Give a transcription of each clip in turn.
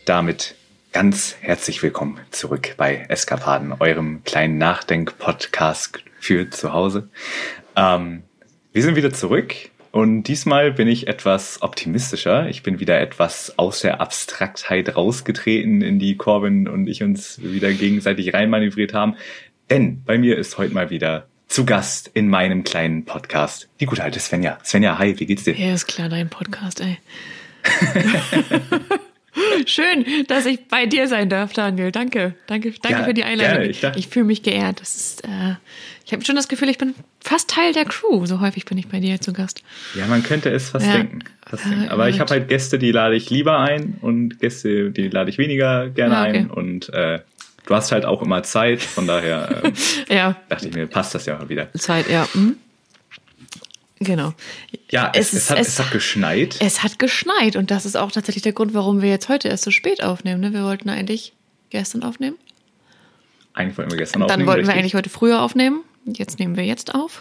damit ganz herzlich willkommen zurück bei Eskapaden, eurem kleinen Nachdenk-Podcast für zu Hause. Wir sind wieder zurück und diesmal bin ich etwas optimistischer. Ich bin wieder etwas aus der Abstraktheit rausgetreten, in die Corbin und ich uns wieder gegenseitig reinmanövriert haben. Denn bei mir ist heute mal wieder zu Gast in meinem kleinen Podcast die gute alte Svenja. Svenja, hi, wie geht's dir? Ja, ist klar, dein Podcast, ey. Schön, dass ich bei dir sein darf, Daniel. Danke ja, für die Einladung. Gerne. Ich fühle mich geehrt. Ich habe schon das Gefühl, ich bin fast Teil der Crew. So häufig bin ich bei dir zu Gast. Ja, man könnte es fast denken. Aber ich habe halt Gäste, die lade ich lieber ein und Gäste, die lade ich weniger gerne ein. Und du hast halt auch immer Zeit. Von daher dachte ich mir, passt das ja mal wieder. Zeit, ja. Mhm. Genau. Ja, es hat geschneit. Es hat geschneit und das ist auch tatsächlich der Grund, warum wir jetzt heute erst so spät aufnehmen. Ne? Wir wollten eigentlich gestern aufnehmen. Eigentlich wollten wir gestern aufnehmen. Dann wollten wir eigentlich heute früher aufnehmen. Jetzt nehmen wir jetzt auf.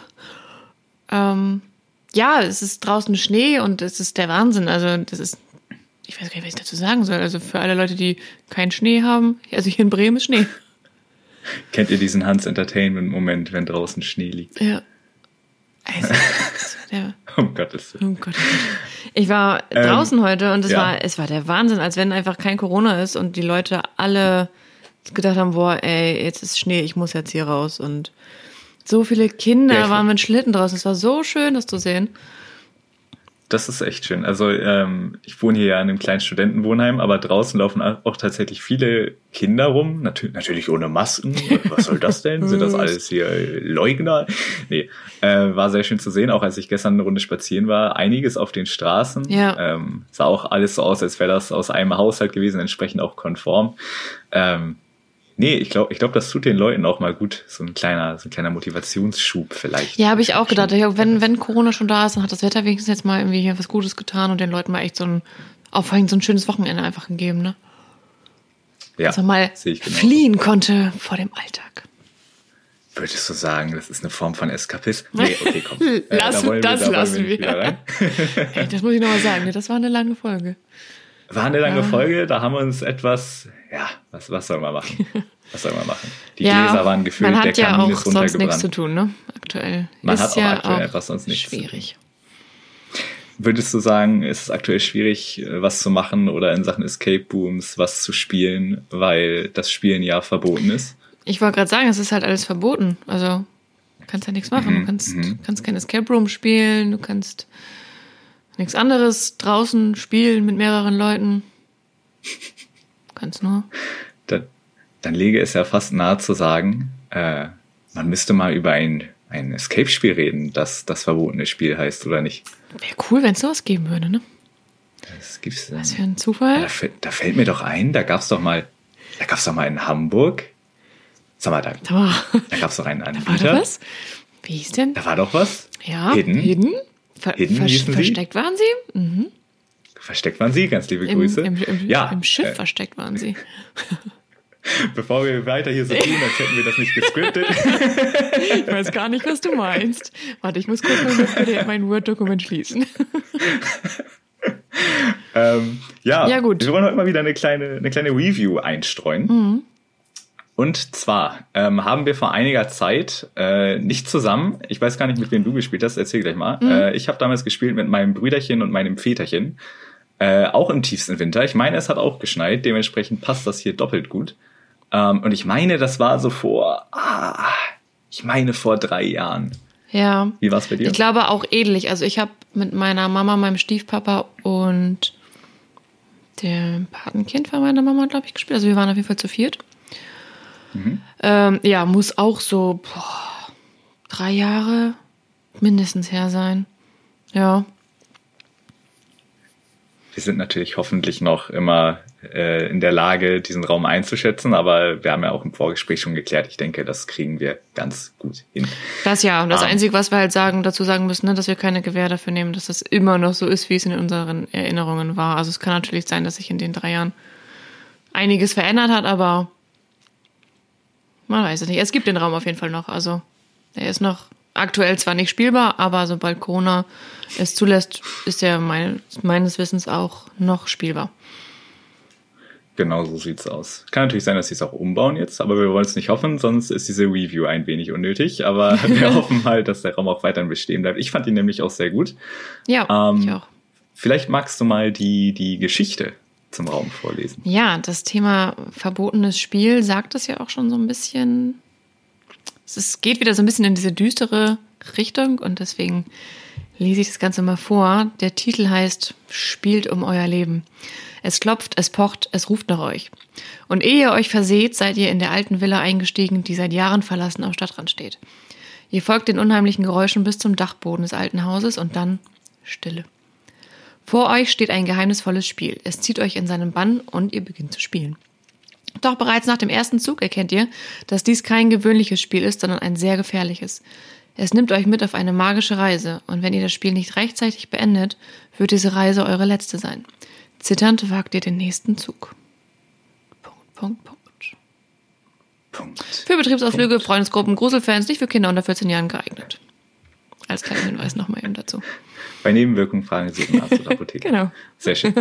Es ist draußen Schnee und es ist der Wahnsinn. Also ich weiß gar nicht, was ich dazu sagen soll. Also für alle Leute, die keinen Schnee haben, also hier in Bremen ist Schnee. Kennt ihr diesen Hans Entertainment-Moment, wenn draußen Schnee liegt? Ja. Also, um Gottes Willen. Ich war draußen heute und es war der Wahnsinn, als wenn einfach kein Corona ist und die Leute alle gedacht haben, boah, ey, jetzt ist Schnee, ich muss jetzt hier raus. Und so viele Kinder waren mit Schlitten draußen. Es war so schön, das zu sehen. Das ist echt schön. Also ich wohne hier ja in einem kleinen Studentenwohnheim, aber draußen laufen auch tatsächlich viele Kinder rum. Natürlich ohne Masken. Was soll das denn? Sind das alles hier Leugner? Nee, war sehr schön zu sehen. Auch als ich gestern eine Runde spazieren war, einiges auf den Straßen. Ja. Sah auch alles so aus, als wäre das aus einem Haushalt gewesen, entsprechend auch konform. Ich glaube, das tut den Leuten auch mal gut. So ein kleiner Motivationsschub vielleicht. Ja, habe ich auch gedacht. Wenn Corona schon da ist, dann hat das Wetter wenigstens jetzt mal irgendwie hier was Gutes getan und den Leuten mal echt so ein schönes Wochenende einfach gegeben, ne? Ja, dass man mal fliehen konnte vor dem Alltag. Würdest du sagen, das ist eine Form von Eskapismus? Nee, okay, komm. Das lassen wir. Hey, das muss ich nochmal sagen. Das war eine lange Folge. War eine lange Folge, da haben wir uns etwas, was soll man machen? Die Gläser waren gefüllt, der Kamin ist runtergebrannt. Man hat ja auch sonst nichts zu tun, ne? Aktuell. Man hat auch aktuell etwas sonst nichts zu tun. Schwierig. Würdest du sagen, ist es aktuell schwierig, was zu machen oder in Sachen Escape Rooms was zu spielen, weil das Spielen ja verboten ist? Ich wollte gerade sagen, es ist halt alles verboten. Also, du kannst ja nichts machen. Du kannst kein Escape Room spielen, du kannst nichts anderes draußen spielen mit mehreren Leuten. Kannst nur. Dann läge es ja fast nahe zu sagen, man müsste mal über ein Escape-Spiel reden, das verbotene Spiel heißt, oder nicht? Wäre cool, wenn es sowas geben würde, ne? Das gibt's denn. Was für ein Zufall. Ja, da fällt mir doch ein, da gab's doch mal in Hamburg. Sag mal, da gab's doch einen Anbieter. Da war doch was? Wie hieß denn? Da war doch was? Ja, Hidden. Versteckt waren sie? Mhm. Versteckt waren sie, ganz liebe Grüße. Im Schiff versteckt waren sie. Bevor wir weiter hier so tun, als hätten wir das nicht gescriptet. Ich weiß gar nicht, was du meinst. Warte, ich muss kurz mal mein Word-Dokument schließen. Gut. Wir wollen heute mal wieder eine kleine Review einstreuen. Mhm. Und zwar haben wir vor einiger Zeit nicht zusammen, ich weiß gar nicht, mit wem du gespielt hast, erzähl gleich mal. Ich habe damals gespielt mit meinem Brüderchen und meinem Väterchen, auch im tiefsten Winter. Ich meine, es hat auch geschneit, dementsprechend passt das hier doppelt gut. Und ich meine, das war so vor 3 Jahren. Ja. Wie war es bei dir? Ich glaube auch ähnlich. Also ich habe mit meiner Mama, meinem Stiefpapa und dem Patenkind von meiner Mama, glaube ich, gespielt. Also wir waren auf jeden Fall zu viert. Muss auch so 3 Jahre mindestens her sein. Ja. Wir sind natürlich hoffentlich noch immer in der Lage, diesen Raum einzuschätzen, aber wir haben ja auch im Vorgespräch schon geklärt, ich denke, das kriegen wir ganz gut hin. Das ja, und das Einzige, was wir halt dazu sagen müssen, ne, dass wir keine Gewähr dafür nehmen, dass das immer noch so ist, wie es in unseren Erinnerungen war. Also es kann natürlich sein, dass sich in den 3 Jahren einiges verändert hat, aber man weiß es nicht. Es gibt den Raum auf jeden Fall noch. Also er ist noch aktuell zwar nicht spielbar, aber sobald Corona es zulässt, ist er meines Wissens auch noch spielbar. Genau so sieht's aus. Kann natürlich sein, dass sie es auch umbauen jetzt, aber wir wollen es nicht hoffen, sonst ist diese Review ein wenig unnötig. Aber wir hoffen halt, dass der Raum auch weiterhin bestehen bleibt. Ich fand ihn nämlich auch sehr gut. Ja, ich auch. Vielleicht magst du mal die Geschichte zum Raum vorlesen. Ja, das Thema verbotenes Spiel sagt es ja auch schon so ein bisschen. Es geht wieder so ein bisschen in diese düstere Richtung und deswegen lese ich das Ganze mal vor. Der Titel heißt Spielt um euer Leben. Es klopft, es pocht, es ruft nach euch. Und ehe ihr euch verseht, seid ihr in der alten Villa eingestiegen, die seit Jahren verlassen am Stadtrand steht. Ihr folgt den unheimlichen Geräuschen bis zum Dachboden des alten Hauses und dann Stille. Vor euch steht ein geheimnisvolles Spiel. Es zieht euch in seinen Bann und ihr beginnt zu spielen. Doch bereits nach dem ersten Zug erkennt ihr, dass dies kein gewöhnliches Spiel ist, sondern ein sehr gefährliches. Es nimmt euch mit auf eine magische Reise und wenn ihr das Spiel nicht rechtzeitig beendet, wird diese Reise eure letzte sein. Zitternd wagt ihr den nächsten Zug. Für Betriebsausflüge, Freundesgruppen, Gruselfans, nicht für Kinder unter 14 Jahren geeignet. Als kleiner Hinweis nochmal eben dazu. Bei Nebenwirkungen fragen Sie den Arzt oder Apotheker. Genau. Sehr schön.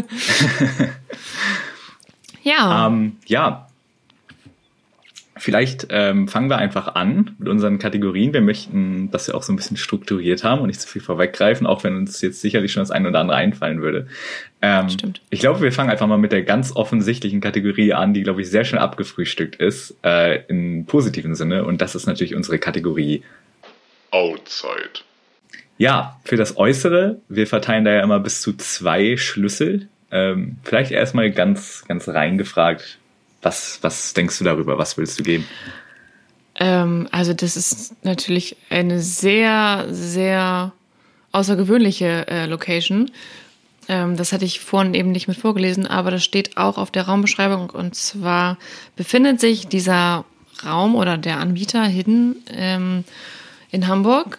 Ja. Vielleicht fangen wir einfach an mit unseren Kategorien. Wir möchten, dass wir auch so ein bisschen strukturiert haben und nicht zu viel vorweggreifen, auch wenn uns jetzt sicherlich schon das eine oder andere einfallen würde. Stimmt. Ich glaube, wir fangen einfach mal mit der ganz offensichtlichen Kategorie an, die, glaube ich, sehr schnell abgefrühstückt ist, im positiven Sinne. Und das ist natürlich unsere Kategorie Outside. Ja, für das Äußere, wir verteilen da ja immer bis zu 2 Schlüssel. Vielleicht erstmal ganz reingefragt, was denkst du darüber? Was willst du geben? Also das ist natürlich eine sehr, sehr außergewöhnliche Location. Das hatte ich vorhin eben nicht mit vorgelesen, aber das steht auch auf der Raumbeschreibung. Und zwar befindet sich dieser Raum oder der Anbieter Hidden in Hamburg.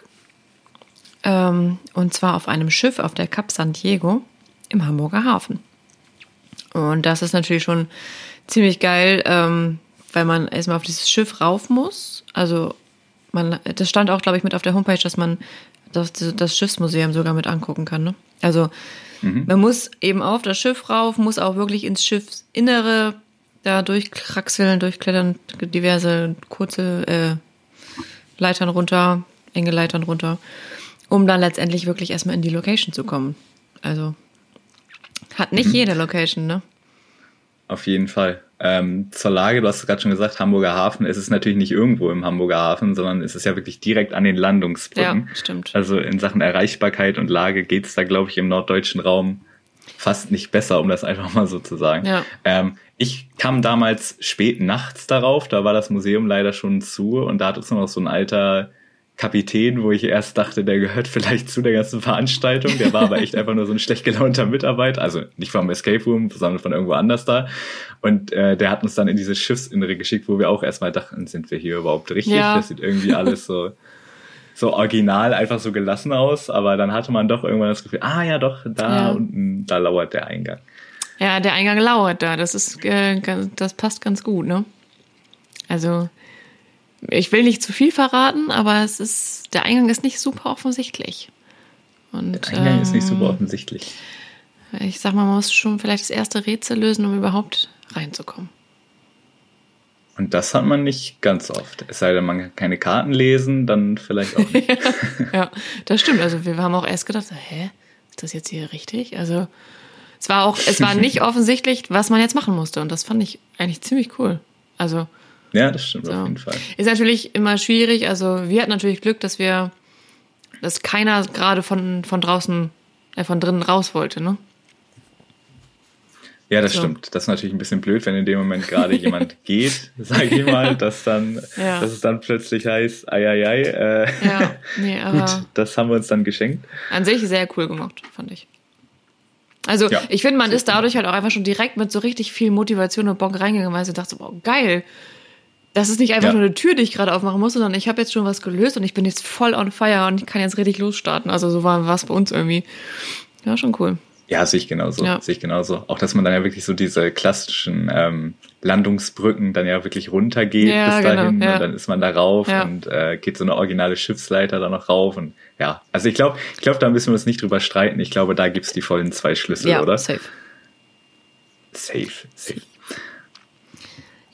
Und zwar auf einem Schiff auf der Cap San Diego im Hamburger Hafen. Und das ist natürlich schon ziemlich geil, weil man erstmal auf dieses Schiff rauf muss. Also das stand auch, glaube ich, mit auf der Homepage, dass man das Schiffsmuseum sogar mit angucken kann. Ne? Also man muss eben auf das Schiff rauf, muss auch wirklich ins Schiffsinnere da durchkraxeln, durchklettern, diverse kurze Leitern runter, enge Leitern runter, um dann letztendlich wirklich erstmal in die Location zu kommen. Also hat nicht jede Location, ne? Auf jeden Fall. Zur Lage, du hast es gerade schon gesagt, Hamburger Hafen. Es ist natürlich nicht irgendwo im Hamburger Hafen, sondern es ist ja wirklich direkt an den Landungsbrücken. Ja, stimmt. Also in Sachen Erreichbarkeit und Lage geht's da, glaube ich, im norddeutschen Raum fast nicht besser, um das einfach mal so zu sagen. Ja. Ich kam damals spät nachts darauf, da war das Museum leider schon zu und da hat uns noch so ein alter Kapitän, wo ich erst dachte, der gehört vielleicht zu der ganzen Veranstaltung. Der war aber echt einfach nur so ein schlecht gelaunter Mitarbeiter, also nicht vom Escape Room, sondern von irgendwo anders da. Und der hat uns dann in dieses Schiffsinnere geschickt, wo wir auch erstmal dachten, sind wir hier überhaupt richtig? Ja. Das sieht irgendwie alles so original, einfach so gelassen aus. Aber dann hatte man doch irgendwann das Gefühl, ja doch, da unten, da lauert der Eingang. Ja, der Eingang lauert da. Das passt ganz gut, ne? Also ich will nicht zu viel verraten, aber der Eingang ist nicht super offensichtlich. Und, der Eingang ist nicht super offensichtlich. Ich sag mal, man muss schon vielleicht das erste Rätsel lösen, um überhaupt reinzukommen. Und das hat man nicht ganz oft. Es sei denn, man kann keine Karten lesen, dann vielleicht auch nicht. Ja, das stimmt. Also wir haben auch erst gedacht, ist das jetzt hier richtig? Also es war nicht offensichtlich, was man jetzt machen musste. Und das fand ich eigentlich ziemlich cool. Also ja, das stimmt auf jeden Fall. Ist natürlich immer schwierig. Also wir hatten natürlich Glück, dass keiner gerade von drinnen raus wollte, ne? Ja, das stimmt. Das ist natürlich ein bisschen blöd, wenn in dem Moment gerade jemand geht, sag ich mal, dass es dann plötzlich heißt, aber gut, das haben wir uns dann geschenkt. An sich sehr cool gemacht, fand ich. Also ich finde, man ist dadurch halt auch einfach schon direkt mit so richtig viel Motivation und Bock reingegangen, weil ich dachte, wow, geil. Das ist nicht einfach nur eine Tür, die ich gerade aufmachen muss, sondern ich habe jetzt schon was gelöst und ich bin jetzt voll on fire und ich kann jetzt richtig losstarten. Also so war es bei uns irgendwie. Ja, schon cool. Ja, sehe ich genauso. Auch, dass man dann ja wirklich so diese klassischen Landungsbrücken dann ja wirklich runtergeht bis dahin und dann ist man da rauf und geht so eine originale Schiffsleiter da noch rauf und also ich glaube, da müssen wir uns nicht drüber streiten. Ich glaube, da gibt's die vollen 2 Schlüssel, oder? Safe.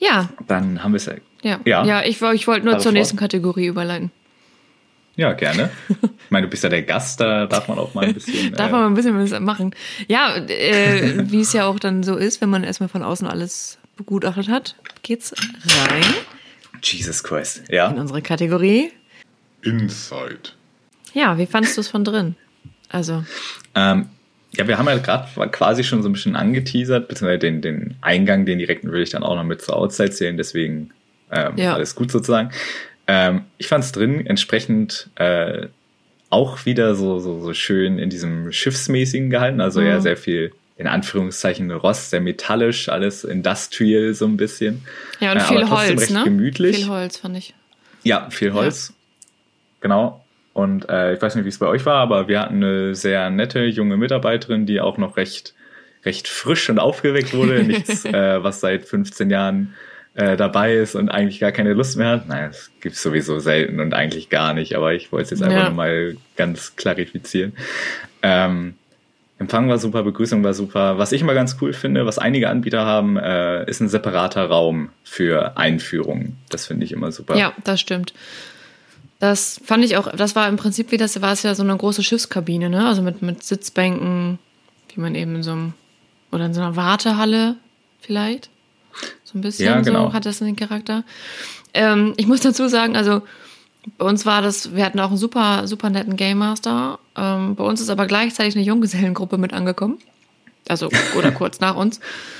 Ja. Dann haben wir es ja. Ich wollte nur Also zur nächsten Kategorie überleiten. Ja, gerne. Ich meine, du bist ja der Gast, da darf man auch mal ein bisschen... Darf man mal ein bisschen was machen. Ja, wie es ja auch dann so ist, wenn man erstmal von außen alles begutachtet hat, geht's rein. Jesus Christ, ja. In unsere Kategorie. Inside. Ja, wie fandest du es von drin? Also... Ja, wir haben ja gerade quasi schon so ein bisschen angeteasert, beziehungsweise den Eingang, den direkten würde ich dann auch noch mit zur Outside zählen, deswegen alles gut sozusagen. Ich fand es drin entsprechend auch wieder so schön in diesem Schiffsmäßigen gehalten, also eher sehr viel, in Anführungszeichen, Rost, sehr metallisch, alles industrial so ein bisschen. Ja, und viel aber Holz, recht ne? gemütlich. Viel Holz, fand ich. Ja, viel Holz. Ja. Genau. Und ich weiß nicht, wie es bei euch war, aber wir hatten eine sehr nette junge Mitarbeiterin, die auch noch recht frisch und aufgeweckt wurde. Nichts, was seit 15 Jahren dabei ist und eigentlich gar keine Lust mehr hat. Naja, das gibt's sowieso selten und eigentlich gar nicht, aber ich wollte es jetzt einfach nochmal ganz klarifizieren. Empfang war super, Begrüßung war super. Was ich immer ganz cool finde, was einige Anbieter haben, ist ein separater Raum für Einführungen. Das finde ich immer super. Ja, das stimmt. Das fand ich auch, das war im Prinzip war es ja so eine große Schiffskabine, ne? Also mit Sitzbänken, wie man eben in so einer Wartehalle vielleicht. So ein bisschen so hat das den Charakter. Ich muss dazu sagen, also bei uns wir hatten auch einen super, super netten Game Master. Bei uns ist aber gleichzeitig eine Junggesellengruppe mit angekommen. Also, oder kurz nach uns.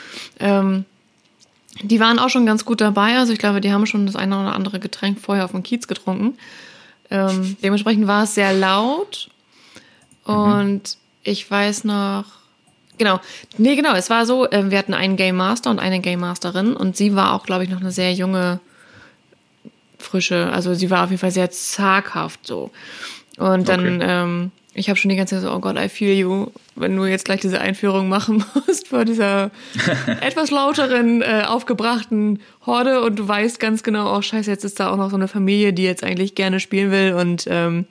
Die waren auch schon ganz gut dabei. Also ich glaube, die haben schon das eine oder andere Getränk vorher auf dem Kiez getrunken. Dementsprechend war es sehr laut. Und ich weiß noch... Genau, es war so, wir hatten einen Game Master und eine Game Masterin. Und sie war auch, glaube ich, noch eine sehr junge, frische... Also sie war auf jeden Fall sehr zaghaft so. Und dann... Ich habe schon die ganze Zeit so, oh Gott, I feel you, wenn du jetzt gleich diese Einführung machen musst vor dieser etwas lauteren, aufgebrachten Horde und du weißt ganz genau, oh scheiße, jetzt ist da auch noch so eine Familie, die jetzt eigentlich gerne spielen will und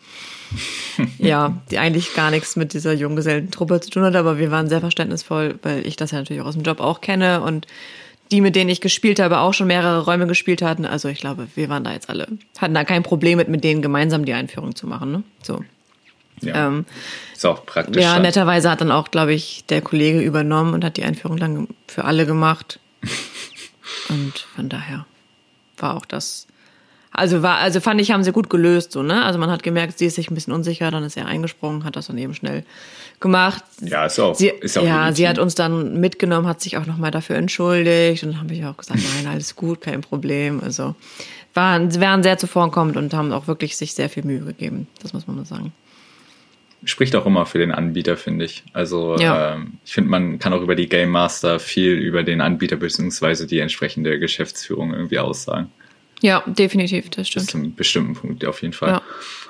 die eigentlich gar nichts mit dieser Junggesellentruppe zu tun hat, aber wir waren sehr verständnisvoll, weil ich das ja natürlich auch aus dem Job auch kenne und die, mit denen ich gespielt habe, auch schon mehrere Räume gespielt hatten. Also ich glaube, wir waren da jetzt hatten da kein Problem mit denen gemeinsam die Einführung zu machen, ne? So. Ja, ist auch praktisch. Ja, netterweise hat dann auch, glaube ich, der Kollege übernommen und hat die Einführung dann für alle gemacht. Und von daher war auch das... Also fand ich, haben sie gut gelöst, so, ne? Also man hat gemerkt, sie ist sich ein bisschen unsicher, dann ist er eingesprungen, hat das dann eben schnell gemacht. Ja, ist auch sie hat uns dann mitgenommen, hat sich auch nochmal dafür entschuldigt und dann habe ich auch gesagt, nein, alles gut, kein Problem. Also sie waren sehr zuvorkommend und haben auch wirklich sich sehr viel Mühe gegeben, das muss man mal sagen. Spricht auch immer für den Anbieter, finde ich. Also ich finde, man kann auch über die Game Master viel über den Anbieter bzw. die entsprechende Geschäftsführung irgendwie aussagen. Ja, definitiv, das stimmt. Bis zu einem bestimmten Punkt auf jeden Fall.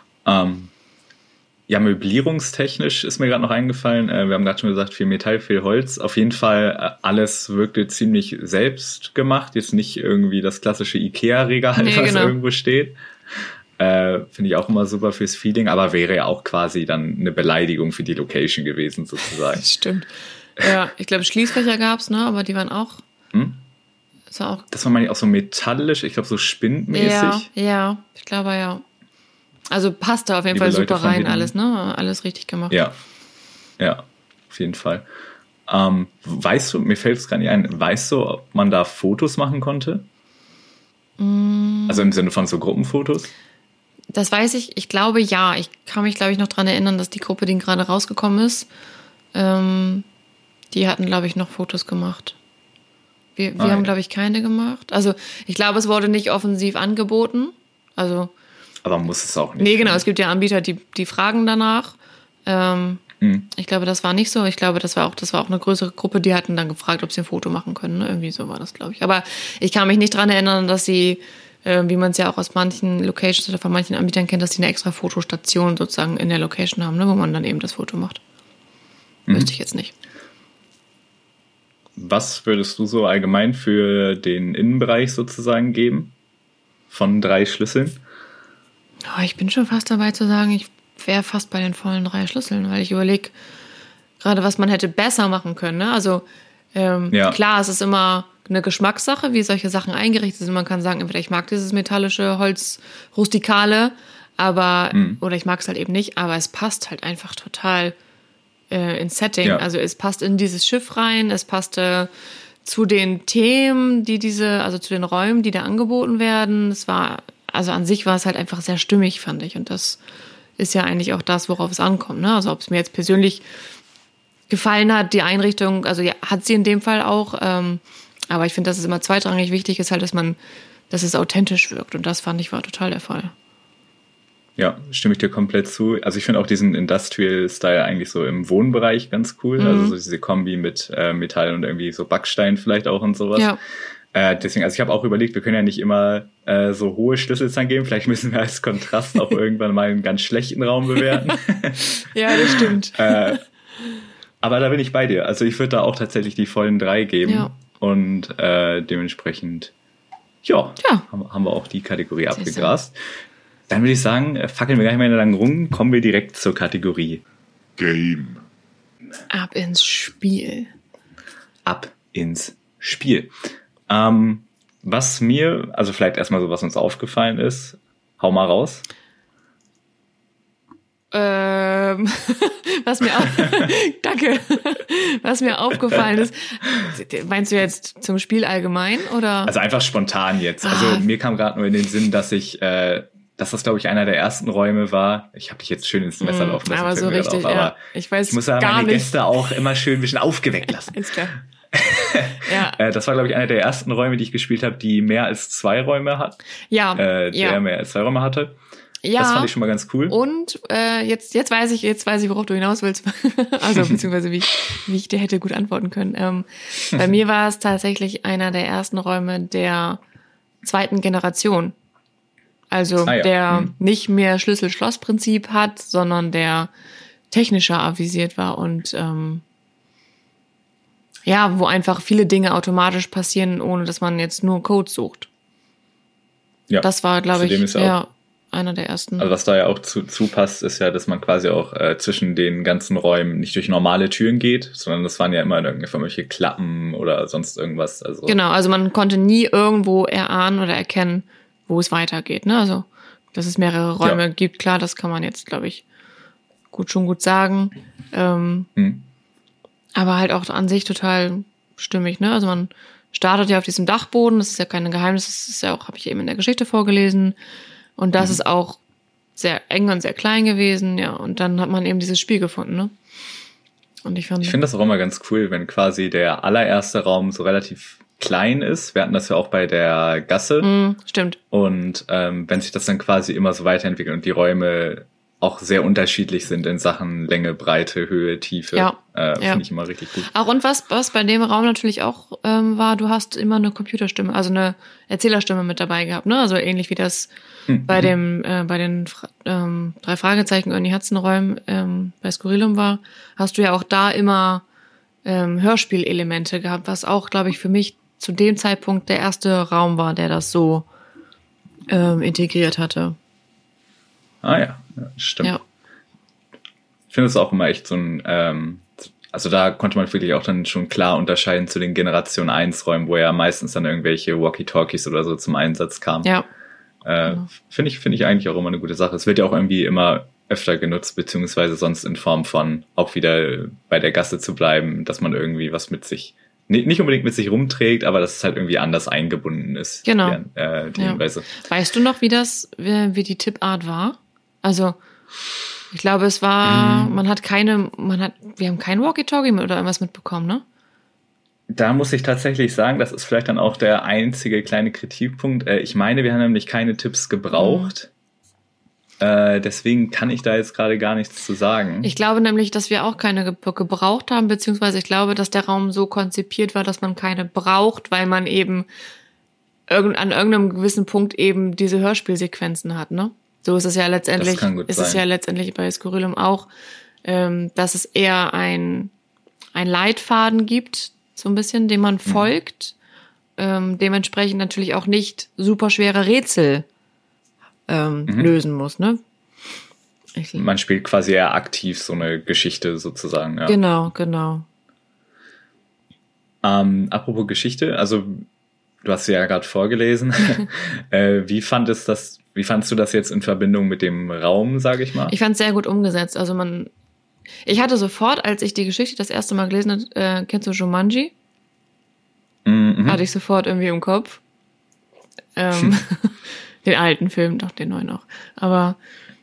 Ja, möblierungstechnisch ist mir gerade noch eingefallen. Wir haben gerade schon gesagt, viel Metall, viel Holz. Auf jeden Fall alles wirkte ziemlich selbst gemacht. Jetzt nicht irgendwie das klassische Ikea-Regal, was irgendwo steht. Finde ich auch immer super fürs Feeling, aber wäre ja auch quasi dann eine Beleidigung für die Location gewesen, sozusagen. Das stimmt. Ja, ich glaube, Schließfächer gab's, ne? Aber die waren auch... Das war, meine ich, auch so metallisch, ich glaube, so spindmäßig. Ja, ich glaube, ja. Also passt da auf jeden Fall super rein alles, ne? Alles richtig gemacht. Ja, auf jeden Fall. Weißt du, mir fällt es gar nicht ein, weißt du, ob man da Fotos machen konnte? Also im Sinne von so Gruppenfotos? Das weiß ich. Ich glaube, ja. Ich kann mich, glaube ich, noch dran erinnern, dass die Gruppe, die gerade rausgekommen ist, die hatten, glaube ich, noch Fotos gemacht. Wir haben, glaube ich, keine gemacht. Also ich glaube, es wurde nicht offensiv angeboten. Also, aber muss es auch nicht. Nee, genau. Es gibt ja Anbieter, die fragen danach. Ich glaube, das war nicht so. Ich glaube, das war auch eine größere Gruppe, die hatten dann gefragt, ob sie ein Foto machen können. Ne? Irgendwie so war das, glaube ich. Aber ich kann mich nicht dran erinnern, dass sie, wie man es ja auch aus manchen Locations oder von manchen Anbietern kennt, dass sie eine extra Fotostation sozusagen in der Location haben, ne? Wo man dann eben das Foto macht. Wüsste ich jetzt nicht. Was würdest du so allgemein für den Innenbereich sozusagen geben? Von 3 Schlüsseln? Oh, ich bin schon fast dabei zu sagen, ich wäre fast bei den vollen 3 Schlüsseln, weil ich überlege gerade, was man hätte besser machen können. Ne? Also klar, es ist immer eine Geschmackssache, wie solche Sachen eingerichtet sind. Man kann sagen, entweder ich mag dieses metallische Holz rustikale, aber oder ich mag es halt eben nicht, aber es passt halt einfach total ins Setting. Ja. Also es passt in dieses Schiff rein, es passte zu den Themen, also zu den Räumen, die da angeboten werden. Also an sich war es halt einfach sehr stimmig, fand ich. Und das ist ja eigentlich auch das, worauf es ankommt. Ne? Also ob es mir jetzt persönlich gefallen hat, die Einrichtung, also ja, hat sie in dem Fall auch. Aber ich finde, dass es immer zweitrangig wichtig ist halt, dass es authentisch wirkt. Und das fand ich war total der Fall. Ja, stimme ich dir komplett zu. Also ich finde auch diesen Industrial-Style eigentlich so im Wohnbereich ganz cool. Also so diese Kombi mit Metall und irgendwie so Backstein vielleicht auch und sowas. Ja. Deswegen, also ich habe auch überlegt, wir können ja nicht immer so hohe Schlüsselzahlen geben. Vielleicht müssen wir als Kontrast auch irgendwann mal einen ganz schlechten Raum bewerten. Ja, das stimmt. Aber da bin ich bei dir. Also ich würde da auch tatsächlich die vollen 3 geben. Ja. Und dementsprechend, haben wir auch die Kategorie abgegrast. Dann würde ich sagen, fackeln wir gar nicht mehr lang rum, kommen wir direkt zur Kategorie. Game. Ab ins Spiel. Ab ins Spiel. Was mir, also vielleicht erstmal so, was uns aufgefallen ist, hau mal raus. Danke. Was mir aufgefallen ist, meinst du jetzt zum Spiel allgemein oder? Also einfach spontan jetzt. Also mir kam gerade nur in den Sinn, dass das, glaube ich, einer der ersten Räume war. Ich habe dich jetzt schön ins Messer laufen lassen. Aber so richtig, aber ich weiß ich muss ja meine Gäste auch immer schön ein bisschen aufgeweckt lassen. Ist klar. Das war, glaube ich, einer der ersten Räume, die ich gespielt habe, die mehr als 2 Räume hat. Der mehr als 2 Räume hatte. Ja. Das fand ich schon mal ganz cool. Und jetzt weiß ich, worauf du hinaus willst. Also beziehungsweise wie ich dir hätte gut antworten können. Bei mir war es tatsächlich einer der ersten Räume der 2. Generation. Also der nicht mehr Schlüssel-Schloss-Prinzip hat, sondern der technischer avisiert war und wo einfach viele Dinge automatisch passieren, ohne dass man jetzt nur Code sucht. Ja. Das war, glaube ich, einer der ersten. Also was da ja auch zu passt, ist ja, dass man quasi auch zwischen den ganzen Räumen nicht durch normale Türen geht, sondern das waren ja immer irgendwelche Klappen oder sonst irgendwas. Also genau, also man konnte nie irgendwo erahnen oder erkennen, wo es weitergeht. Ne? Also, dass es mehrere Räume gibt, klar, das kann man jetzt, glaube ich, schon gut sagen. Aber halt auch an sich total stimmig. Ne? Also man startet ja auf diesem Dachboden, das ist ja kein Geheimnis, das ist ja auch, habe ich eben in der Geschichte vorgelesen. Und das ist auch sehr eng und sehr klein gewesen, ja. Und dann hat man eben dieses Spiel gefunden, ne? Und ich finde das auch immer ganz cool, wenn quasi der allererste Raum so relativ klein ist. Wir hatten das ja auch bei der Gasse. Stimmt. Und wenn sich das dann quasi immer so weiterentwickelt und die Räume auch sehr unterschiedlich sind in Sachen Länge, Breite, Höhe, Tiefe, finde ich immer richtig gut. Auch und was bei dem Raum natürlich auch war, du hast immer eine Computerstimme, also eine Erzählerstimme mit dabei gehabt, ne? Also ähnlich wie das bei den 3 Fragezeichen Ernie Hudson Räumen bei Skurrilum war, hast du ja auch da immer Hörspielelemente gehabt, was auch, glaube ich, für mich zu dem Zeitpunkt der erste Raum war, der das so integriert hatte. Ah ja, stimmt. Ja. Ich finde es auch immer echt so ein, also da konnte man wirklich auch dann schon klar unterscheiden zu den Generation 1 Räumen, wo ja meistens dann irgendwelche Walkie-Talkies oder so zum Einsatz kamen. Ja. Finde ich eigentlich auch immer eine gute Sache. Es wird ja auch irgendwie immer öfter genutzt, beziehungsweise sonst in Form von auch wieder bei der Gasse zu bleiben, dass man irgendwie was mit sich, nicht unbedingt mit sich rumträgt, aber dass es halt irgendwie anders eingebunden ist. Genau. Die Hinweise. Weißt du noch, wie die Tippart war? Also, ich glaube, es war, wir haben kein Walkie-Talkie oder irgendwas mitbekommen, ne? Da muss ich tatsächlich sagen, das ist vielleicht dann auch der einzige kleine Kritikpunkt. Ich meine, wir haben nämlich keine Tipps gebraucht. Deswegen kann ich da jetzt gerade gar nichts zu sagen. Ich glaube nämlich, dass wir auch keine gebraucht haben, beziehungsweise ich glaube, dass der Raum so konzipiert war, dass man keine braucht, weil man eben an irgendeinem gewissen Punkt eben diese Hörspielsequenzen hat, ne? So ist es ja letztendlich, bei Skurrilum auch, dass es eher ein Leitfaden gibt, so ein bisschen, dem man folgt, dementsprechend natürlich auch nicht super schwere Rätsel lösen muss, ne? Man spielt quasi eher aktiv so eine Geschichte sozusagen, ja. Genau. Apropos Geschichte, also du hast sie ja gerade vorgelesen. Wie fandest du das jetzt in Verbindung mit dem Raum, sage ich mal? Ich fand es sehr gut umgesetzt. Also ich hatte sofort, als ich die Geschichte das erste Mal gelesen habe, kennst du Jumanji? Hatte ich sofort irgendwie im Kopf. Den alten Film, doch den neuen auch. Aber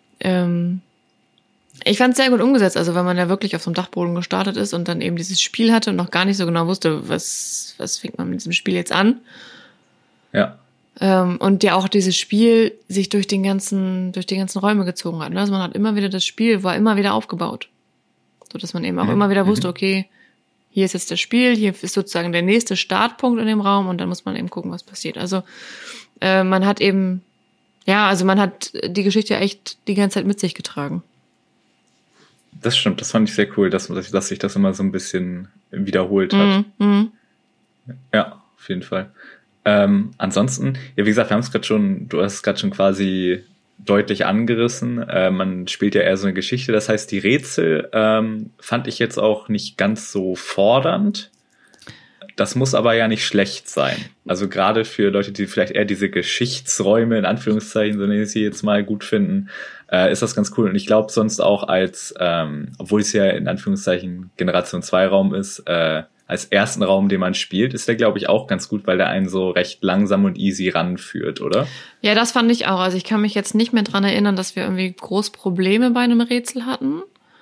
ich fand es sehr gut umgesetzt. Also wenn man ja wirklich auf so einem Dachboden gestartet ist und dann eben dieses Spiel hatte und noch gar nicht so genau wusste, was fängt man mit diesem Spiel jetzt an. Ja. Und ja auch dieses Spiel sich durch die ganzen Räume gezogen hat. Ne? Also man hat immer wieder das Spiel, war immer wieder aufgebaut. So dass man eben auch immer wieder wusste, okay, hier ist jetzt das Spiel, hier ist sozusagen der nächste Startpunkt in dem Raum und dann muss man eben gucken, was passiert. Also man hat eben, man hat die Geschichte echt die ganze Zeit mit sich getragen. Das stimmt, das fand ich sehr cool, dass sich das immer so ein bisschen wiederholt hat. Ja, auf jeden Fall. Ansonsten, ja, wie gesagt, du hast es gerade schon quasi deutlich angerissen. Man spielt ja eher so eine Geschichte. Das heißt, die Rätsel fand ich jetzt auch nicht ganz so fordernd. Das muss aber ja nicht schlecht sein. Also gerade für Leute, die vielleicht eher diese Geschichtsräume, in Anführungszeichen, so nenne ich sie jetzt mal, gut finden, ist das ganz cool. Und ich glaube sonst auch obwohl es ja in Anführungszeichen Generation 2 Raum ist, als ersten Raum, den man spielt, ist der, glaube ich, auch ganz gut, weil der einen so recht langsam und easy ranführt, oder? Ja, das fand ich auch. Also ich kann mich jetzt nicht mehr dran erinnern, dass wir irgendwie groß Probleme bei einem Rätsel hatten.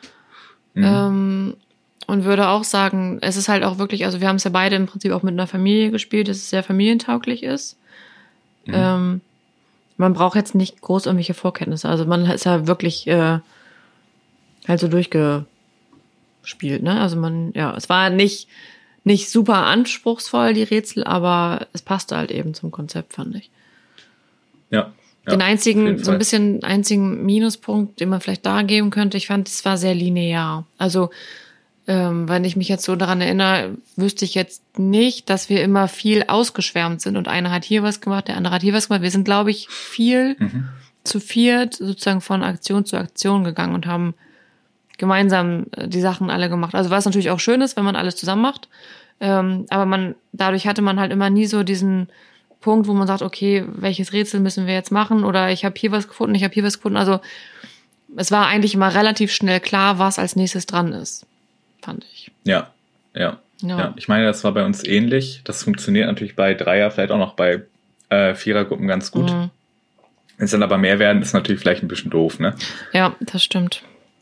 Und würde auch sagen, es ist halt auch wirklich, also wir haben es ja beide im Prinzip auch mit einer Familie gespielt, dass es sehr familientauglich ist. Man braucht jetzt nicht groß irgendwelche Vorkenntnisse. Also man ist ja wirklich halt so durchgespielt, ne? Also es war nicht super anspruchsvoll, die Rätsel, aber es passte halt eben zum Konzept, fand ich. Ja. Den einzigen Minuspunkt, den man vielleicht da geben könnte, ich fand, es war sehr linear. Also wenn ich mich jetzt so daran erinnere, wüsste ich jetzt nicht, dass wir immer viel ausgeschwärmt sind und einer hat hier was gemacht, der andere hat hier was gemacht. Wir sind, glaube ich, viel zu viert sozusagen von Aktion zu Aktion gegangen und haben gemeinsam die Sachen alle gemacht. Also was natürlich auch schön ist, wenn man alles zusammen macht. Aber dadurch hatte man halt immer nie so diesen Punkt, wo man sagt, okay, welches Rätsel müssen wir jetzt machen? Oder ich habe hier was gefunden, ich habe hier was gefunden. Also es war eigentlich immer relativ schnell klar, was als nächstes dran ist. Fand ich. Ja. Ich meine, das war bei uns ähnlich. Das funktioniert natürlich bei Dreier, vielleicht auch noch bei Vierergruppen ganz gut. Wenn es dann aber mehr werden, ist natürlich vielleicht ein bisschen doof, ne? Ja, das stimmt.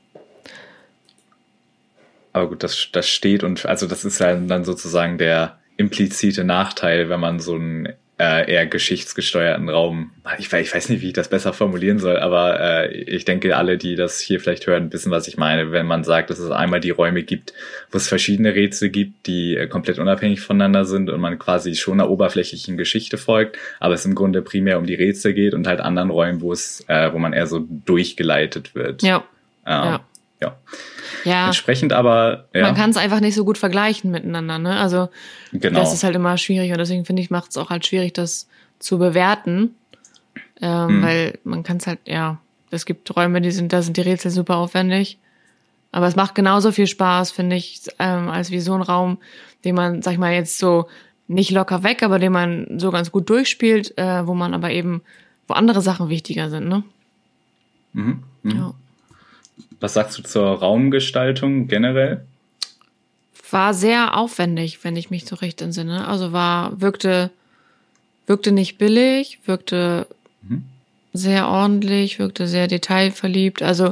Aber gut, das steht also das ist ja dann sozusagen der implizite Nachteil, wenn man so einen eher geschichtsgesteuerten Raum, ich weiß nicht, wie ich das besser formulieren soll, aber ich denke, alle, die das hier vielleicht hören, wissen, was ich meine, wenn man sagt, dass es einmal die Räume gibt, wo es verschiedene Rätsel gibt, die komplett unabhängig voneinander sind und man quasi schon einer oberflächlichen Geschichte folgt, aber es im Grunde primär um die Rätsel geht und halt anderen Räumen, wo man eher so durchgeleitet wird. Ja. Entsprechend aber, ja. Man kann es einfach nicht so gut vergleichen miteinander, ne? Also genau. Das ist halt immer schwierig und deswegen finde ich, macht es auch halt schwierig, das zu bewerten. Weil man kann es halt, es gibt Räume, da sind die Rätsel super aufwendig. Aber es macht genauso viel Spaß, finde ich, als wie so ein Raum, den man, sag ich mal, jetzt so nicht locker weg, aber den man so ganz gut durchspielt, wo andere Sachen wichtiger sind, ne? Ja. Was sagst du zur Raumgestaltung generell? War sehr aufwendig, wenn ich mich so recht entsinne. Also wirkte nicht billig, wirkte sehr ordentlich, wirkte sehr detailverliebt. Also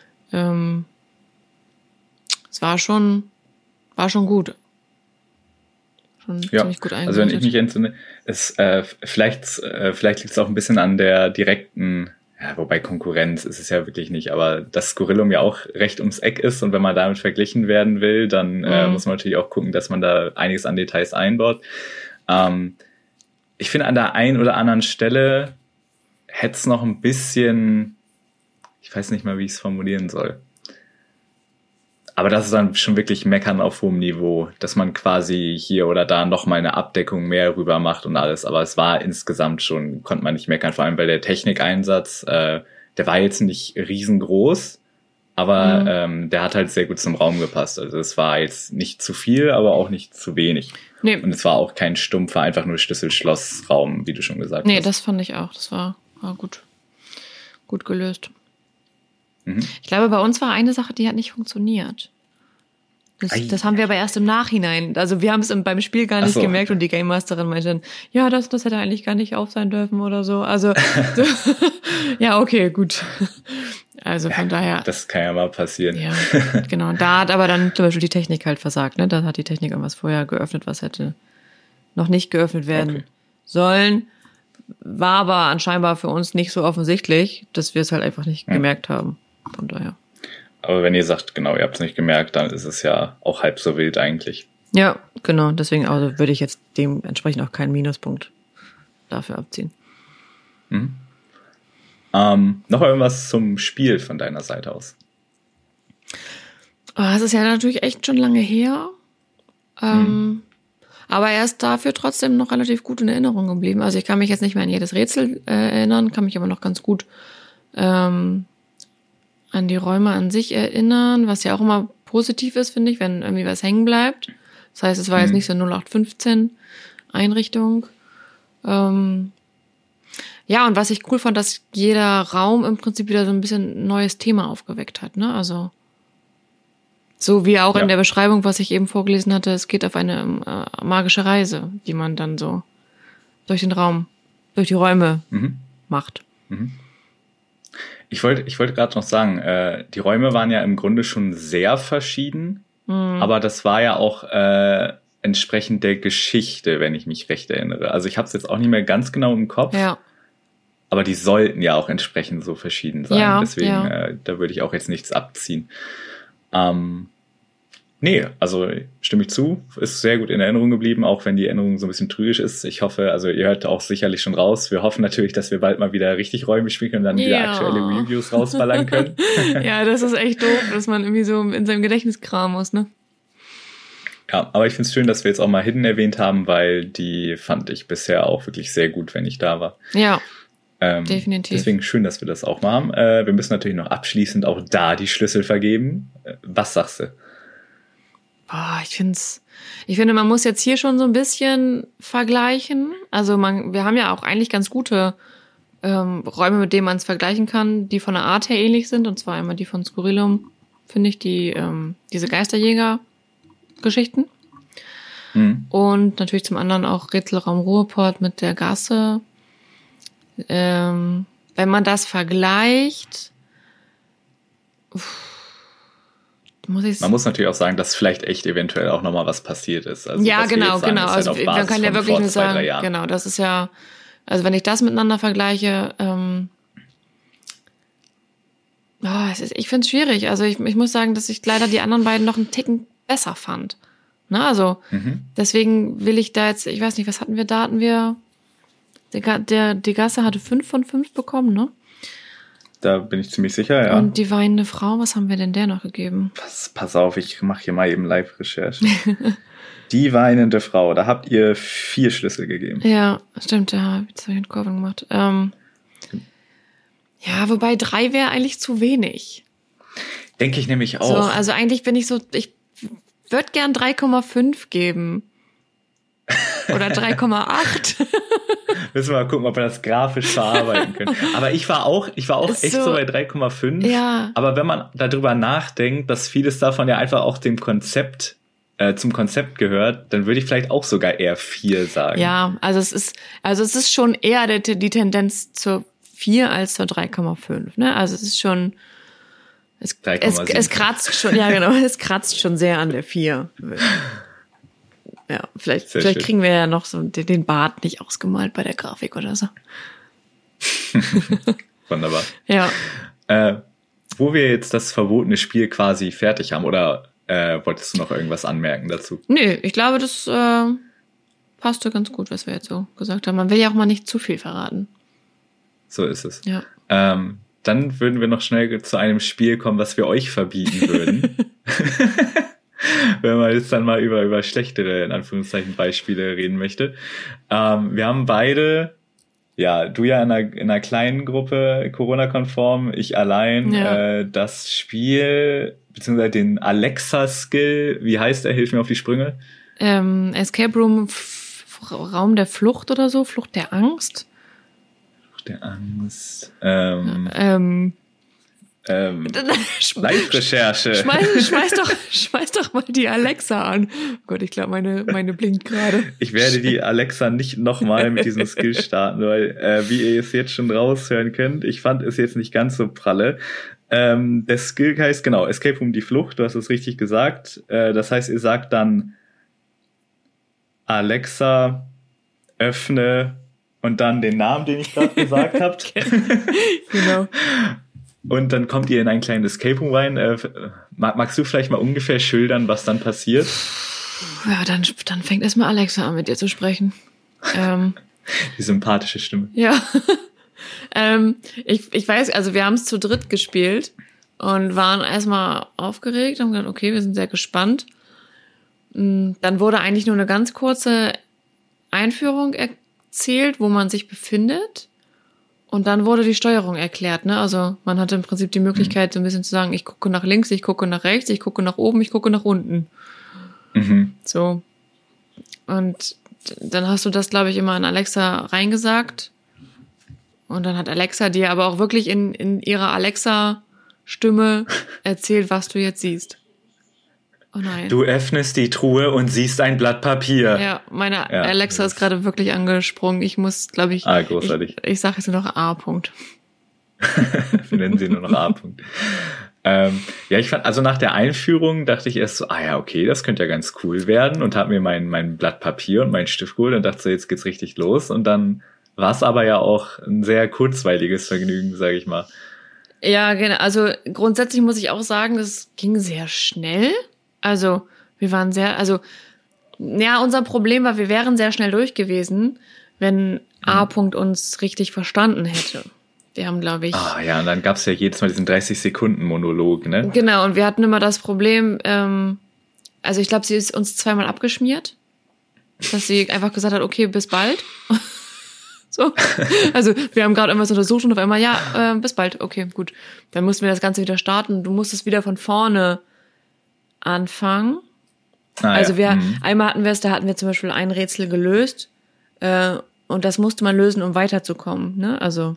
es war schon gut. Schon ziemlich gut eingesetzt. Also wenn ich mich entsinne, vielleicht liegt es auch ein bisschen an der direkten, wobei Konkurrenz ist es ja wirklich nicht, aber dass Skurrilum ja auch recht ums Eck ist und wenn man damit verglichen werden will, dann muss man natürlich auch gucken, dass man da einiges an Details einbaut. Ich finde, an der einen oder anderen Stelle hätte es noch ein bisschen, ich weiß nicht mal, wie ich es formulieren soll. Aber das ist dann schon wirklich Meckern auf hohem Niveau, dass man quasi hier oder da noch mal eine Abdeckung mehr rüber macht und alles. Aber es war insgesamt schon, konnte man nicht meckern, vor allem weil der Technikeinsatz, der war jetzt nicht riesengroß, Aber der hat halt sehr gut zum Raum gepasst. Also es war jetzt nicht zu viel, aber auch nicht zu wenig. Nee. Und es war auch kein stumpfer, einfach nur Schlüssel-Schloss-Raum, wie du schon gesagt hast. Nee, das fand ich auch. Das war gut. Gut gelöst. Mhm. Ich glaube, bei uns war eine Sache, die hat nicht funktioniert. Das haben wir aber erst im Nachhinein. Also wir haben es beim Spiel gar nicht gemerkt und die Game Masterin meinte dann, ja, das hätte eigentlich gar nicht auf sein dürfen oder so. Also so, ja, okay, gut. Also von daher. Das kann ja mal passieren. Ja, genau. Da hat aber dann zum Beispiel die Technik halt versagt. Ne? Da hat die Technik irgendwas vorher geöffnet, was hätte noch nicht geöffnet werden sollen. War aber anscheinend für uns nicht so offensichtlich, dass wir es halt einfach nicht gemerkt haben. Von daher. Aber wenn ihr sagt, genau, ihr habt es nicht gemerkt, dann ist es ja auch halb so wild eigentlich. Ja, genau. Deswegen also würde ich jetzt dementsprechend auch keinen Minuspunkt dafür abziehen. Mhm. Noch irgendwas zum Spiel von deiner Seite aus? Es ist ja natürlich echt schon lange her. Aber er ist dafür trotzdem noch relativ gut in Erinnerung geblieben. Also ich kann mich jetzt nicht mehr an jedes Rätsel erinnern, kann mich aber noch ganz gut an die Räume an sich erinnern, was ja auch immer positiv ist, finde ich, wenn irgendwie was hängen bleibt. Das heißt, es war jetzt nicht so 0815 Einrichtung. Ja, und was ich cool fand, dass jeder Raum im Prinzip wieder so ein bisschen ein neues Thema aufgeweckt hat, ne? Also so wie auch in der Beschreibung, was ich eben vorgelesen hatte, es geht auf eine magische Reise, die man dann so durch den Raum, durch die Räume macht. Mhm. Ich wollte gerade noch sagen, die Räume waren ja im Grunde schon sehr verschieden, aber das war ja auch entsprechend der Geschichte, wenn ich mich recht erinnere. Also ich habe es jetzt auch nicht mehr ganz genau im Kopf, aber die sollten ja auch entsprechend so verschieden sein. Ja, deswegen, da würde ich auch jetzt nichts abziehen. Nee, also stimme ich zu, ist sehr gut in Erinnerung geblieben, auch wenn die Erinnerung so ein bisschen trügisch ist. Ich hoffe, also ihr hört auch sicherlich schon raus, wir hoffen natürlich, dass wir bald mal wieder richtig Räume spielen und dann wieder aktuelle Reviews rausballern können. Ja, das ist echt doof, dass man irgendwie so in seinem Gedächtnis kramen muss, ne? Ja, aber ich finde es schön, dass wir jetzt auch mal Hidden erwähnt haben, weil die fand ich bisher auch wirklich sehr gut, wenn ich da war. Ja, definitiv. Deswegen schön, dass wir das auch mal haben. Wir müssen natürlich noch abschließend auch da die Schlüssel vergeben. Was sagst du? Ich finde, man muss jetzt hier schon so ein bisschen vergleichen. Also wir haben ja auch eigentlich ganz gute Räume, mit denen man es vergleichen kann, die von der Art her ähnlich sind. Und zwar einmal die von Skurrilum, finde ich, diese Geisterjäger-Geschichten. Und natürlich zum anderen auch Rätselraum Ruhrpott mit der Gasse. Wenn man das vergleicht, man muss natürlich auch sagen, dass vielleicht echt eventuell auch nochmal was passiert ist. Also, ja, genau. Also man kann ja wirklich nur sagen, genau, das ist ja, also wenn ich das miteinander vergleiche, ich finde es schwierig. Also ich muss sagen, dass ich leider die anderen beiden noch einen Ticken besser fand. Ne, also deswegen will ich da jetzt, ich weiß nicht, was hatten wir da? Die Gasse hatte 5 von 5 bekommen, ne? Da bin ich ziemlich sicher, ja. Und die weinende Frau, was haben wir denn der noch gegeben? Pass auf, ich mache hier mal eben Live-Recherche. Die weinende Frau, da habt ihr 4 Schlüssel gegeben. Ja, stimmt, ja, jetzt habe ich einen Kurven gemacht. Ja, wobei 3 wäre eigentlich zu wenig. Denke ich nämlich auch. So, also eigentlich bin ich würde gern 3,5 geben. Oder 3,8. Müssen wir mal gucken, ob wir das grafisch verarbeiten können. Aber ich war auch echt so bei 3,5. Ja. Aber wenn man darüber nachdenkt, dass vieles davon ja einfach auch zum Konzept gehört, dann würde ich vielleicht auch sogar eher 4 sagen. Ja, also es ist schon eher die Tendenz zur 4 als zur 3,5. Ne? Also es ist schon es kratzt schon, ja genau, es kratzt schon sehr an der 4. Ja, vielleicht kriegen wir ja noch so den Bart nicht ausgemalt bei der Grafik oder so. Wunderbar. Ja. Wo wir jetzt das verbotene Spiel quasi fertig haben, oder wolltest du noch irgendwas anmerken dazu? Nö, ich glaube, das passte ganz gut, was wir jetzt so gesagt haben. Man will ja auch mal nicht zu viel verraten. So ist es. Ja. Dann würden wir noch schnell zu einem Spiel kommen, was wir euch verbieten würden. Wenn man jetzt dann mal über schlechtere, in Anführungszeichen, Beispiele reden möchte. Wir haben beide ja, du ja in einer kleinen Gruppe, Corona-konform, ich allein. Ja. Das Spiel, beziehungsweise den Alexa-Skill, wie heißt er? Hilf mir auf die Sprünge. Escape Room, Raum der Flucht oder so, Flucht der Angst. Der Angst. Live-Recherche. Schmeiß doch mal die Alexa an. Oh Gott, ich glaube, meine blinkt gerade. Ich werde die Alexa nicht nochmal mit diesem Skill starten, weil, wie ihr es jetzt schon raushören könnt, ich fand es jetzt nicht ganz so pralle. Der Skill heißt, genau, Escape Room die Flucht, du hast es richtig gesagt. Das heißt, ihr sagt dann Alexa, öffne und dann den Namen, den ich gerade gesagt habe. Genau. Und dann kommt ihr in ein kleines Escape Room rein. Magst du vielleicht mal ungefähr schildern, was dann passiert? Ja, dann fängt erstmal Alexa an, mit dir zu sprechen. Die sympathische Stimme. Ja. Ich weiß, also wir haben es zu dritt gespielt und waren erstmal aufgeregt, haben gesagt, okay, wir sind sehr gespannt. Dann wurde eigentlich nur eine ganz kurze Einführung erzählt, wo man sich befindet. Und dann wurde die Steuerung erklärt, ne? Also man hatte im Prinzip die Möglichkeit, so ein bisschen zu sagen, ich gucke nach links, ich gucke nach rechts, ich gucke nach oben, ich gucke nach unten. Mhm. So. Und dann hast du das, glaube ich, immer in Alexa reingesagt. Und dann hat Alexa dir aber auch wirklich in ihrer Alexa-Stimme erzählt, was du jetzt siehst. Oh nein. Du öffnest die Truhe und siehst ein Blatt Papier. Ja, meine Alexa ist gerade wirklich angesprungen. Ich muss, glaube ich, großartig. Ich sage jetzt nur noch A. -Punkt. Wir nennen sie nur noch A. -Punkt. Ja, ich fand, also nach der Einführung dachte ich erst so, okay, das könnte ja ganz cool werden und habe mir mein Blatt Papier und meinen Stift geholt und dachte so, jetzt geht's richtig los. Und dann war es aber ja auch ein sehr kurzweiliges Vergnügen, sage ich mal. Ja, genau. Also grundsätzlich muss ich auch sagen, das ging sehr schnell. Also wir waren unser Problem war, wir wären sehr schnell durch gewesen, wenn A. uns richtig verstanden hätte. Wir haben, glaube ich... und dann gab's ja jedes Mal diesen 30-Sekunden-Monolog, ne? Genau, und wir hatten immer das Problem, also ich glaube, sie ist uns zweimal abgeschmiert, dass sie einfach gesagt hat, okay, bis bald. So. Also wir haben gerade irgendwas untersucht und auf einmal, bis bald, okay, gut. Dann mussten wir das Ganze wieder starten. Du musstest wieder von vorne anfangen. Also einmal hatten wir zum Beispiel ein Rätsel gelöst und das musste man lösen, um weiterzukommen, ne? Also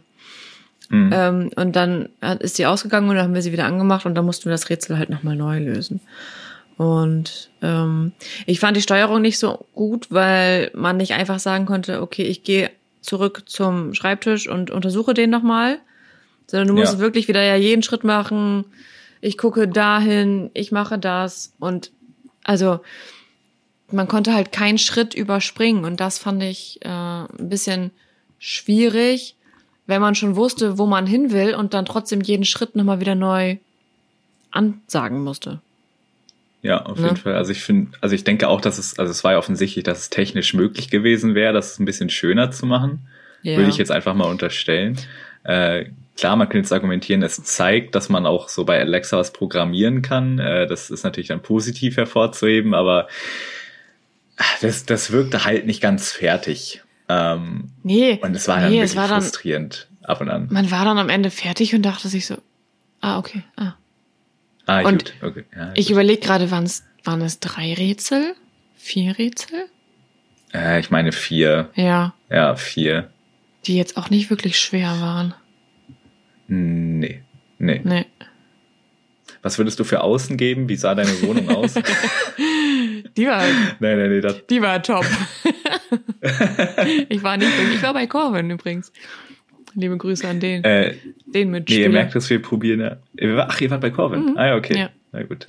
und dann ist sie ausgegangen und dann haben wir sie wieder angemacht und dann mussten wir das Rätsel halt nochmal neu lösen. Und ich fand die Steuerung nicht so gut, weil man nicht einfach sagen konnte, okay, ich gehe zurück zum Schreibtisch und untersuche den nochmal, sondern du musst wirklich wieder jeden Schritt machen. Ich gucke dahin, ich mache das und also man konnte halt keinen Schritt überspringen und das fand ich ein bisschen schwierig, wenn man schon wusste, wo man hin will und dann trotzdem jeden Schritt nochmal wieder neu ansagen musste. Ja, auf jeden Fall. Also ich denke auch, dass es war ja offensichtlich, dass es technisch möglich gewesen wäre, das ein bisschen schöner zu machen. Ja. Würde ich jetzt einfach mal unterstellen. Klar, man könnte jetzt argumentieren, es zeigt, dass man auch so bei Alexa was programmieren kann. Das ist natürlich dann positiv hervorzuheben, aber das wirkte halt nicht ganz fertig. Und es war dann wirklich frustrierend ab und an. Man war dann am Ende fertig und dachte sich so, okay. Und gut. Okay. Ja, ich überlege gerade, waren es 3 Rätsel? 4 Rätsel? Ich meine 4. Ja. Ja, 4. Die jetzt auch nicht wirklich schwer waren. Nee. Was würdest du für Außen geben? Wie sah deine Wohnung aus? Die war... Nee, die war top. Ich war bei Corvin übrigens. Liebe Grüße an den. Den Mitspieler. Nee, ihr merkt, dass wir probieren. Ja. Ihr wart bei Corvin. Mhm. Ja, okay. Ja. Na gut.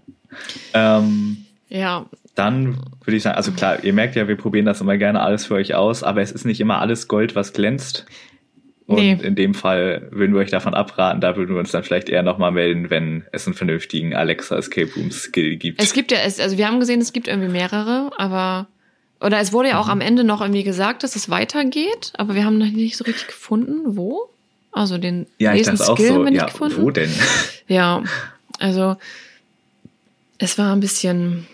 Ja. Dann würde ich sagen, also klar, ihr merkt ja, wir probieren das immer gerne alles für euch aus, aber es ist nicht immer alles Gold, was glänzt. Und in dem Fall würden wir euch davon abraten, da würden wir uns dann vielleicht eher nochmal melden, wenn es einen vernünftigen Alexa Escape Room Skill gibt. Es gibt also wir haben gesehen, es gibt irgendwie mehrere, oder es wurde ja auch am Ende noch irgendwie gesagt, dass es weitergeht, aber wir haben noch nicht so richtig gefunden, wo. Also den nächsten Skill haben wir nicht gefunden. Wo denn? Ja, also es war ein bisschen,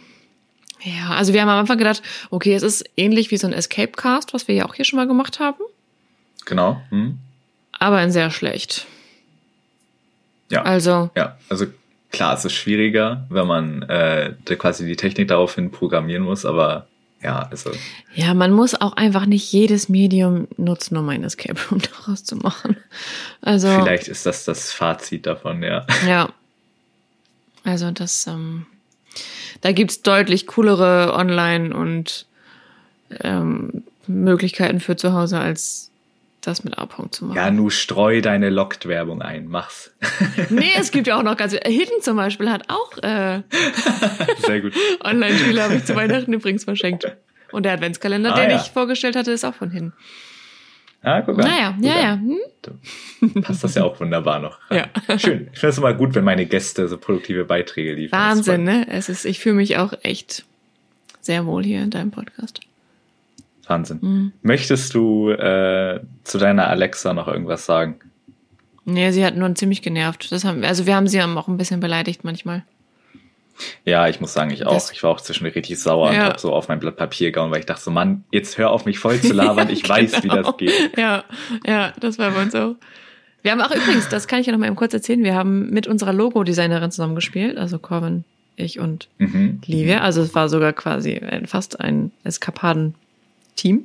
also wir haben am Anfang gedacht, okay, es ist ähnlich wie so ein Escape Cast, was wir ja auch hier schon mal gemacht haben. Genau. Aber in sehr schlecht. Ja. Also klar, es ist schwieriger, wenn man quasi die Technik daraufhin programmieren muss, aber ja, also. Ja, man muss auch einfach nicht jedes Medium nutzen, um ein Escape Room daraus zu machen. Also. Vielleicht ist das Fazit davon, ja. Ja. Also da gibt's deutlich coolere Online- und Möglichkeiten für zu Hause, als das mit Abhang zu machen. Ja, nu streu deine Lockt-Werbung ein, mach's. Nee, es gibt ja auch noch ganz... Hidden zum Beispiel hat auch sehr gut. Online-Spiele, habe ich zu Weihnachten übrigens verschenkt. Und der Adventskalender, den ich vorgestellt hatte, ist auch von Hidden. Ah, guck mal. Naja, ja. Passt das ja auch wunderbar noch. Ja. Schön. Ich finde es immer gut, wenn meine Gäste so produktive Beiträge liefern. Wahnsinn, ne? Ich fühle mich auch echt sehr wohl hier in deinem Podcast. Wahnsinn. Möchtest du zu deiner Alexa noch irgendwas sagen? Nee, sie hat nur ziemlich genervt. Wir haben sie auch ein bisschen beleidigt manchmal. Ja, ich muss sagen, ich auch. Ich war auch zwischendurch richtig sauer und habe so auf mein Blatt Papier gehauen, weil ich dachte so, Mann, jetzt hör auf mich voll zu labern, ich weiß, wie das geht. Ja, das war bei uns so. Wir haben auch übrigens, das kann ich ja noch mal eben kurz erzählen, wir haben mit unserer Logo-Designerin zusammengespielt, also Corvin, ich und Livia. Also es war sogar quasi fast ein Eskapaden-Team.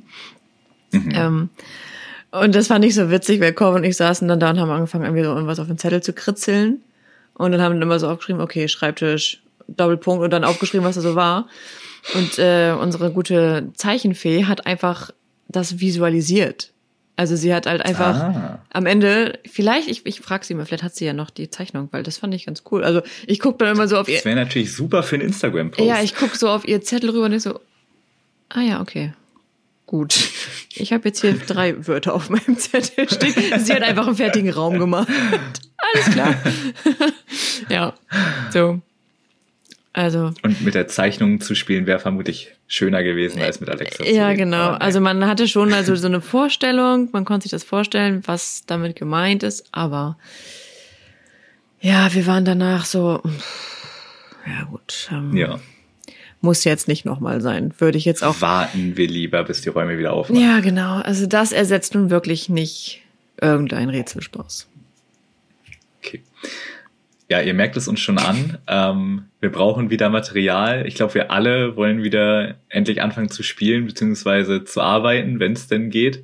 Und das fand ich so witzig, weil Corvin und ich saßen dann da und haben angefangen, irgendwie so irgendwas auf den Zettel zu kritzeln. Und dann haben wir immer so aufgeschrieben, okay, Schreibtisch, Doppelpunkt und dann aufgeschrieben, was da so war. Und unsere gute Zeichenfee hat einfach das visualisiert. Also sie hat halt einfach am Ende, vielleicht, ich frage sie mal, vielleicht hat sie ja noch die Zeichnung, weil das fand ich ganz cool. Also ich gucke dann immer so auf ihr... Das wäre natürlich super für einen Instagram-Post. Ja, ich gucke so auf ihr Zettel rüber und ich so, ja, okay. Gut. Ich habe jetzt hier 3 Wörter auf meinem Zettel stehen. Sie hat einfach einen fertigen Raum gemacht. Alles klar. Ja, so. Also. Und mit der Zeichnung zu spielen wäre vermutlich schöner gewesen, als mit Alexa zu reden. Ja, genau. Also man hatte schon so eine Vorstellung, man konnte sich das vorstellen, was damit gemeint ist, aber ja, wir waren danach so, ja gut. Muss jetzt nicht nochmal sein. Würde ich jetzt auch... Warten wir lieber, bis die Räume wieder aufmachen. Ja, genau. Also das ersetzt nun wirklich nicht irgendein Rätselspaß. Okay. Ja, ihr merkt es uns schon an. Wir brauchen wieder Material. Ich glaube, wir alle wollen wieder endlich anfangen zu spielen, beziehungsweise zu arbeiten, wenn es denn geht.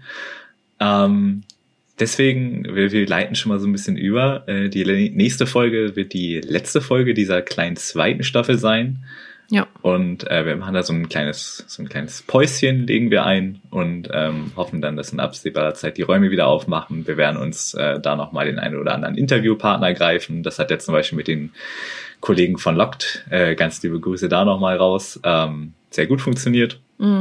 Deswegen, wir leiten schon mal so ein bisschen über. Die nächste Folge wird die letzte Folge dieser kleinen 2. Staffel sein. Ja. Und wir machen da so ein kleines Päuschen, legen wir ein und hoffen dann, dass in absehbarer Zeit die Räume wieder aufmachen. Wir werden uns da nochmal den einen oder anderen Interviewpartner greifen. Das hat jetzt zum Beispiel mit den Kollegen von Lockt, ganz liebe Grüße da nochmal raus, sehr gut funktioniert.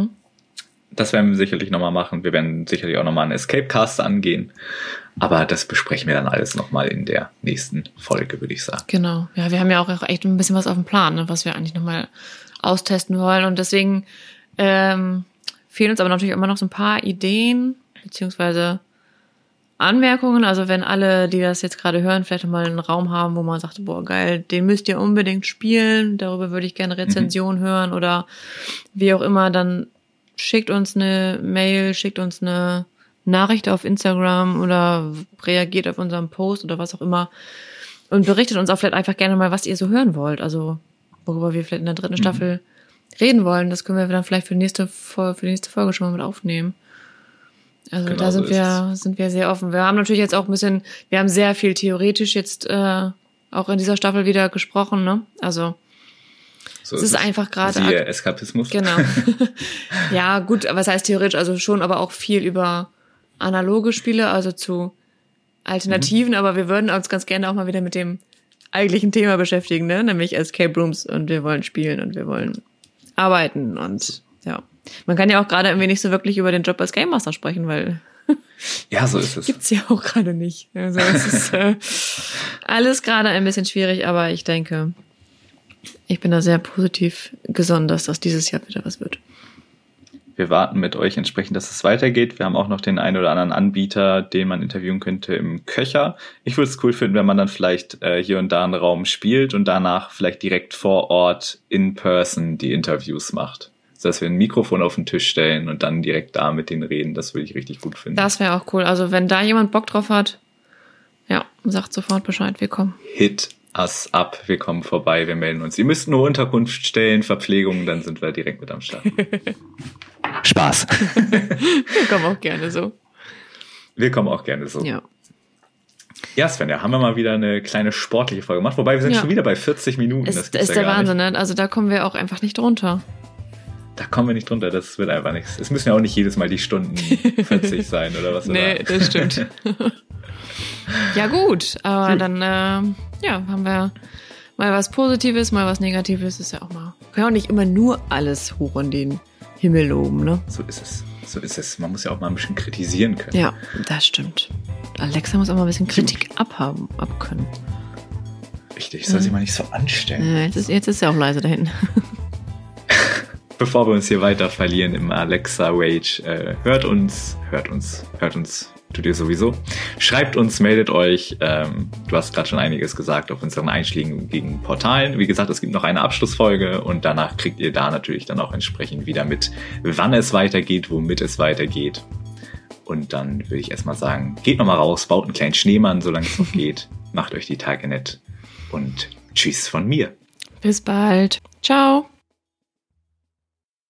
Das werden wir sicherlich nochmal machen. Wir werden sicherlich auch nochmal einen Escapecast angehen. Aber das besprechen wir dann alles nochmal in der nächsten Folge, würde ich sagen. Genau. Ja, wir haben ja auch echt ein bisschen was auf dem Plan, ne, was wir eigentlich nochmal austesten wollen. Und deswegen fehlen uns aber natürlich immer noch so ein paar Ideen, beziehungsweise Anmerkungen. Also wenn alle, die das jetzt gerade hören, vielleicht nochmal einen Raum haben, wo man sagt, boah, geil, den müsst ihr unbedingt spielen. Darüber würde ich gerne Rezension hören oder wie auch immer, dann schickt uns eine Mail, schickt uns eine Nachricht auf Instagram oder reagiert auf unseren Post oder was auch immer und berichtet uns auch vielleicht einfach gerne mal, was ihr so hören wollt. Also worüber wir vielleicht in der 3. Staffel reden wollen. Das können wir dann vielleicht für die nächste Folge schon mal mit aufnehmen. Also genau, da sind wir sehr offen. Wir haben natürlich jetzt auch wir haben sehr viel theoretisch jetzt auch in dieser Staffel wieder gesprochen, ne? Also so es ist einfach gerade... Siehe Eskapismus. Genau. Ja, gut, was heißt theoretisch? Also schon, aber auch viel über analoge Spiele, also zu Alternativen, aber wir würden uns ganz gerne auch mal wieder mit dem eigentlichen Thema beschäftigen, ne? Nämlich Escape Rooms und wir wollen spielen und wir wollen arbeiten und ja. Man kann ja auch gerade irgendwie nicht so wirklich über den Job als Game Master sprechen, weil ja, so ist es. Gibt's ja auch gerade nicht. Also es ist alles gerade ein bisschen schwierig, aber ich denke, ich bin da sehr positiv gesonnen, dass das dieses Jahr wieder was wird. Wir warten mit euch entsprechend, dass es weitergeht. Wir haben auch noch den einen oder anderen Anbieter, den man interviewen könnte im Köcher. Ich würde es cool finden, wenn man dann vielleicht hier und da einen Raum spielt und danach vielleicht direkt vor Ort in person die Interviews macht. dass wir ein Mikrofon auf den Tisch stellen und dann direkt da mit denen reden. Das würde ich richtig gut finden. Das wäre auch cool. Also wenn da jemand Bock drauf hat, ja, sagt sofort Bescheid, wir kommen. Hit us up, wir kommen vorbei, wir melden uns. Ihr müsst nur Unterkunft stellen, Verpflegung, dann sind wir direkt mit am Start. Spaß. Wir kommen auch gerne so. Wir kommen auch gerne so. Ja. Ja, Svenja, haben wir mal wieder eine kleine sportliche Folge gemacht, wobei wir sind schon wieder bei 40 Minuten. Das ist der Wahnsinn, ne? Also da kommen wir auch einfach nicht runter. Da kommen wir nicht drunter, das wird einfach nichts. Es müssen ja auch nicht jedes Mal die Stunden 40 sein oder was. Nee, das stimmt. Ja gut, aber dann haben wir mal was Positives, mal was Negatives. Ist ja auch mal. Kann ja auch nicht immer nur alles hoch an den Himmel loben, ne? So ist es. So ist es. Man muss ja auch mal ein bisschen kritisieren können. Ja, das stimmt. Alexa muss auch mal ein bisschen Kritik abkönnen. Richtig, soll sich mal nicht so anstellen. Ja, jetzt ist er auch leise da hinten. Bevor wir uns hier weiter verlieren im Alexa-Rage, hört uns, tut ihr sowieso. Schreibt uns, meldet euch. Du hast gerade schon einiges gesagt auf unseren einschlägigen Portalen. Wie gesagt, es gibt noch eine Abschlussfolge und danach kriegt ihr da natürlich dann auch entsprechend wieder mit, wann es weitergeht, womit es weitergeht. Und dann würde ich erstmal sagen, geht nochmal raus, baut einen kleinen Schneemann, solange es noch geht. Macht euch die Tage nett und tschüss von mir. Bis bald. Ciao.